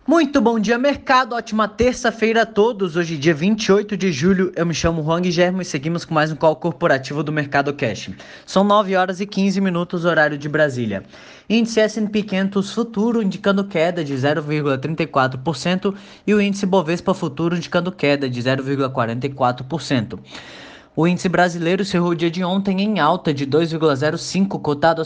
Muito bom dia, mercado. Ótima terça-feira a todos. Hoje, dia 28 de julho, eu me chamo Juan Guilherme e seguimos com mais um call corporativo do Mercado Cash. São 9 horas e 15 minutos, horário de Brasília. Índice S&P 500 futuro indicando queda de 0,34% e o índice Bovespa futuro indicando queda de 0,44%. O índice brasileiro cerrou o dia de ontem em alta de 2,05, cotado a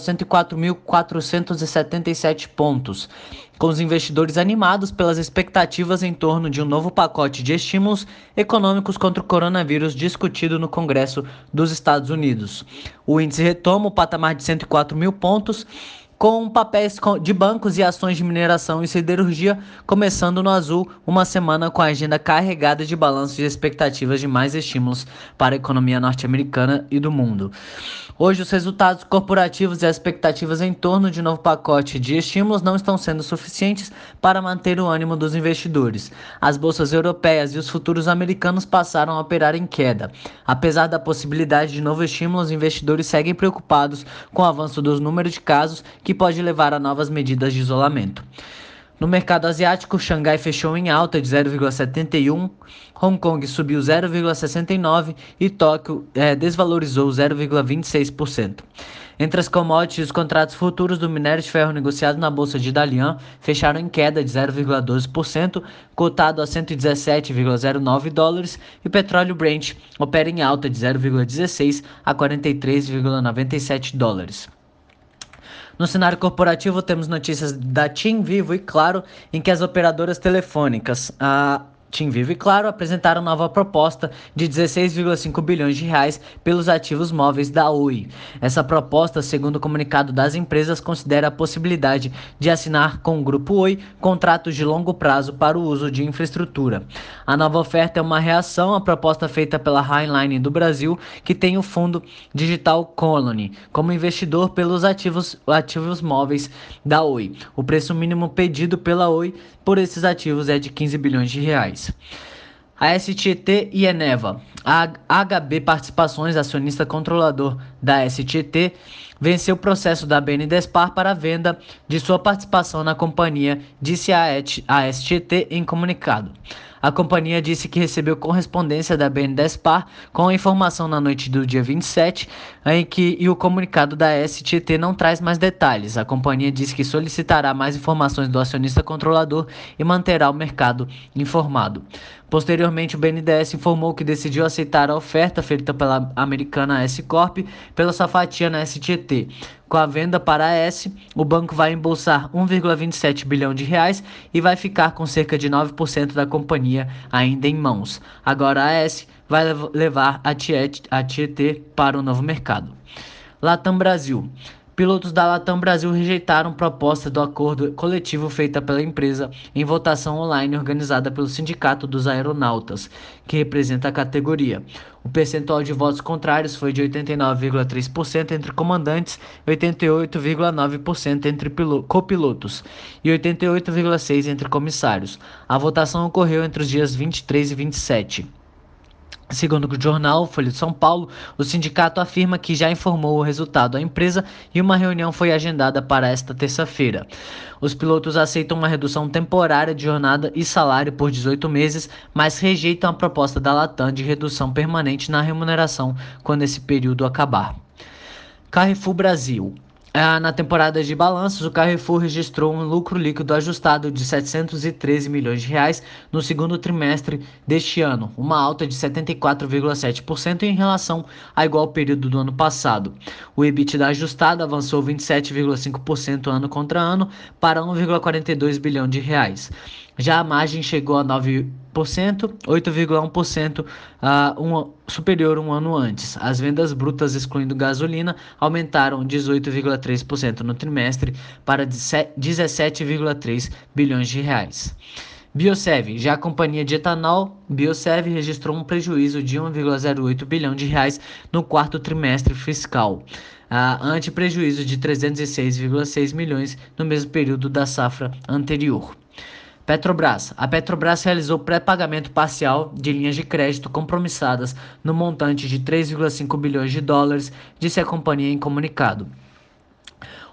104.477 pontos, com os investidores animados pelas expectativas em torno de um novo pacote de estímulos econômicos contra o coronavírus discutido no Congresso dos Estados Unidos. O índice retoma o patamar de 104 mil pontos, com papéis de bancos e ações de mineração e siderurgia começando no azul, uma semana com a agenda carregada de balanços e expectativas de mais estímulos para a economia norte-americana e do mundo. Hoje, os resultados corporativos e as expectativas em torno de um novo pacote de estímulos não estão sendo suficientes para manter o ânimo dos investidores. As bolsas europeias e os futuros americanos passaram a operar em queda. Apesar da possibilidade de novo estímulo, os investidores seguem preocupados com o avanço dos números de casos, que pode levar a novas medidas de isolamento. No mercado asiático, Xangai fechou em alta de 0,71, Hong Kong subiu 0,69 e Tóquio desvalorizou 0,26%. Entre as commodities, os contratos futuros do minério de ferro negociado na bolsa de Dalian fecharam em queda de 0,12%, cotado a 117,09 dólares, e o petróleo Brent opera em alta de 0,16 a 43,97 dólares. No cenário corporativo, temos notícias da TIM, Vivo e Claro, em que as operadoras telefônicas, a TIM, Vivo e Claro, apresentaram nova proposta de 16,5 bilhões de reais pelos ativos móveis da Oi. Essa proposta, segundo o comunicado das empresas, considera a possibilidade de assinar com o Grupo Oi contratos de longo prazo para o uso de infraestrutura. A nova oferta é uma reação à proposta feita pela Highline do Brasil, que tem o fundo Digital Colony como investidor pelos ativos móveis da Oi. O preço mínimo pedido pela Oi por esses ativos é de 15 bilhões de reais. A STT e Eneva. A HB Participações, acionista controlador da STT, venceu o processo da BNDESPAR para a venda de sua participação na companhia, disse a STT em comunicado. A companhia disse que recebeu correspondência da BNDESPAR com a informação na noite do dia 27, e o comunicado da STT não traz mais detalhes. A companhia disse que solicitará mais informações do acionista controlador e manterá o mercado informado. Posteriormente, o BNDES informou que decidiu aceitar a oferta feita pela americana S Corp pela sua fatia na STT. Com a venda para a S, o banco vai embolsar 1,27 bilhão de reais e vai ficar com cerca de 9% da companhia ainda em mãos. Agora a S vai levar a Tietê para o novo mercado. Latam Brasil. Pilotos da Latam Brasil rejeitaram proposta do acordo coletivo feita pela empresa em votação online organizada pelo Sindicato dos Aeronautas, que representa a categoria. O percentual de votos contrários foi de 89,3% entre comandantes, 88,9% entre copilotos e 88,6% entre comissários. A votação ocorreu entre os dias 23 e 27. Segundo o jornal Folha de São Paulo, o sindicato afirma que já informou o resultado à empresa e uma reunião foi agendada para esta terça-feira. Os pilotos aceitam uma redução temporária de jornada e salário por 18 meses, mas rejeitam a proposta da Latam de redução permanente na remuneração quando esse período acabar. Carrefour Brasil. Na temporada de balanços, o Carrefour registrou um lucro líquido ajustado de 713 milhões de reais no segundo trimestre deste ano, uma alta de 74,7% em relação ao igual período do ano passado. O EBITDA ajustado avançou 27,5% ano contra ano para 1,42 bilhão de reais. Já a margem chegou a 9%, 8,1% superior um ano antes. As vendas brutas, excluindo gasolina, aumentaram 18,3% no trimestre para 17,3 bilhões de reais. Biosev, já a companhia de etanol, Biosev registrou um prejuízo de 1,08 bilhão de reais no quarto trimestre fiscal, ante prejuízo de 306,6 milhões no mesmo período da safra anterior. Petrobras. A Petrobras realizou pré-pagamento parcial de linhas de crédito compromissadas no montante de 3,5 bilhões de dólares, disse a companhia em comunicado.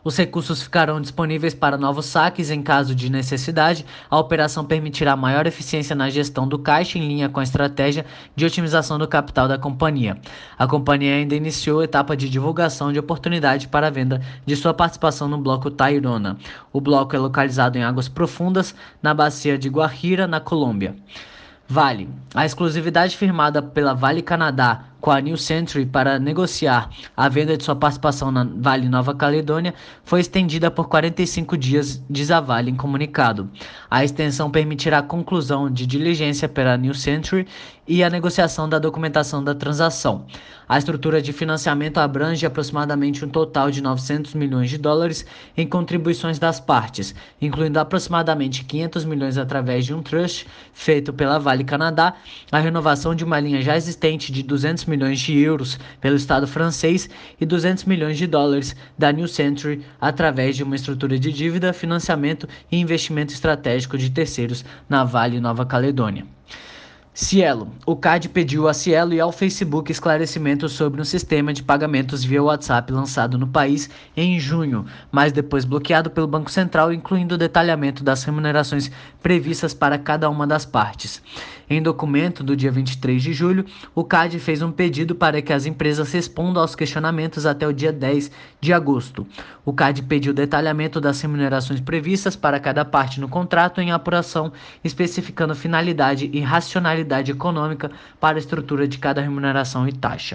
Os recursos ficarão disponíveis para novos saques em caso de necessidade. A operação permitirá maior eficiência na gestão do caixa em linha com a estratégia de otimização do capital da companhia. A companhia ainda iniciou a etapa de divulgação de oportunidade para a venda de sua participação no bloco Tayrona. O bloco é localizado em águas profundas na bacia de Guajira, na Colômbia. Vale. A exclusividade firmada pela Vale Canadá com a New Century para negociar a venda de sua participação na Vale Nova Caledônia foi estendida por 45 dias, diz a Vale em comunicado. A extensão permitirá a conclusão de diligência pela New Century e a negociação da documentação da transação. A estrutura de financiamento abrange aproximadamente um total de 900 milhões de dólares em contribuições das partes, incluindo aproximadamente 500 milhões através de um trust feito pela Vale Canadá, a renovação de uma linha já existente de 200 milhões de euros pelo Estado francês e 200 milhões de dólares da New Century através de uma estrutura de dívida, financiamento e investimento estratégico de terceiros na Vale Nova Caledônia. Cielo. O CAD pediu a Cielo e ao Facebook esclarecimentos sobre um sistema de pagamentos via WhatsApp lançado no país em junho, mas depois bloqueado pelo Banco Central, incluindo o detalhamento das remunerações previstas para cada uma das partes. Em documento do dia 23 de julho, o CAD fez um pedido para que as empresas respondam aos questionamentos até o dia 10 de agosto. O CAD pediu detalhamento das remunerações previstas para cada parte no contrato em apuração, especificando finalidade e racionalidade econômica para a estrutura de cada remuneração e taxa.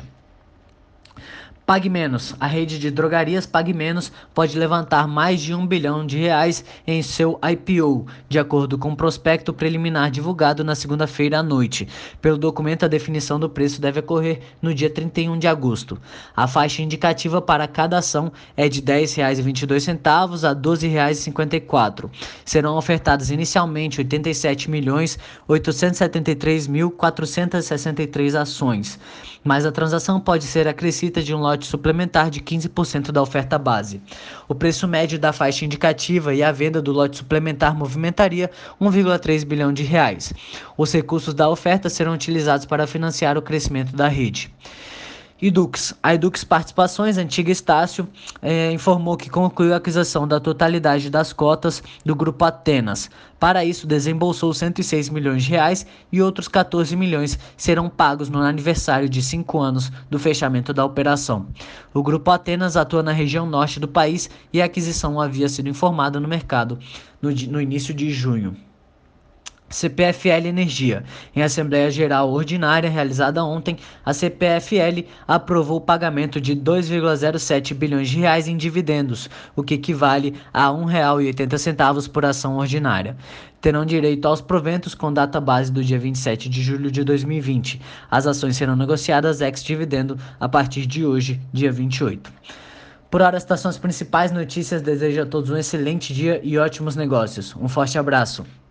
Pague Menos. A rede de drogarias Pague Menos pode levantar mais de R$1 bilhão em seu IPO, de acordo com o prospecto preliminar divulgado na segunda-feira à noite. Pelo documento, a definição do preço deve ocorrer no dia 31 de agosto. A faixa indicativa para cada ação é de R$ 10,22 a R$ 12,54. Serão ofertadas inicialmente 87.873.463 ações, mas a transação pode ser acrescida de um lote suplementar de 15% da oferta base. O preço médio da faixa indicativa e a venda do lote suplementar movimentaria R$1,3 bilhão. Os recursos da oferta serão utilizados para financiar o crescimento da rede. Edux. A Edux Participações, antiga Estácio, informou que concluiu a aquisição da totalidade das cotas do Grupo Atenas. Para isso, desembolsou R$106 milhões e outros 14 milhões serão pagos no aniversário de 5 anos do fechamento da operação. O Grupo Atenas atua na região norte do país e a aquisição havia sido informada no mercado no início de junho. CPFL Energia. Em Assembleia Geral Ordinária realizada ontem, a CPFL aprovou o pagamento de R$2,07 bilhões em dividendos, o que equivale a R$1,80 por ação ordinária. Terão direito aos proventos com data base do dia 27 de julho de 2020. As ações serão negociadas ex-dividendo a partir de hoje, dia 28. Por hora, estas são as principais notícias. Desejo a todos um excelente dia e ótimos negócios. Um forte abraço.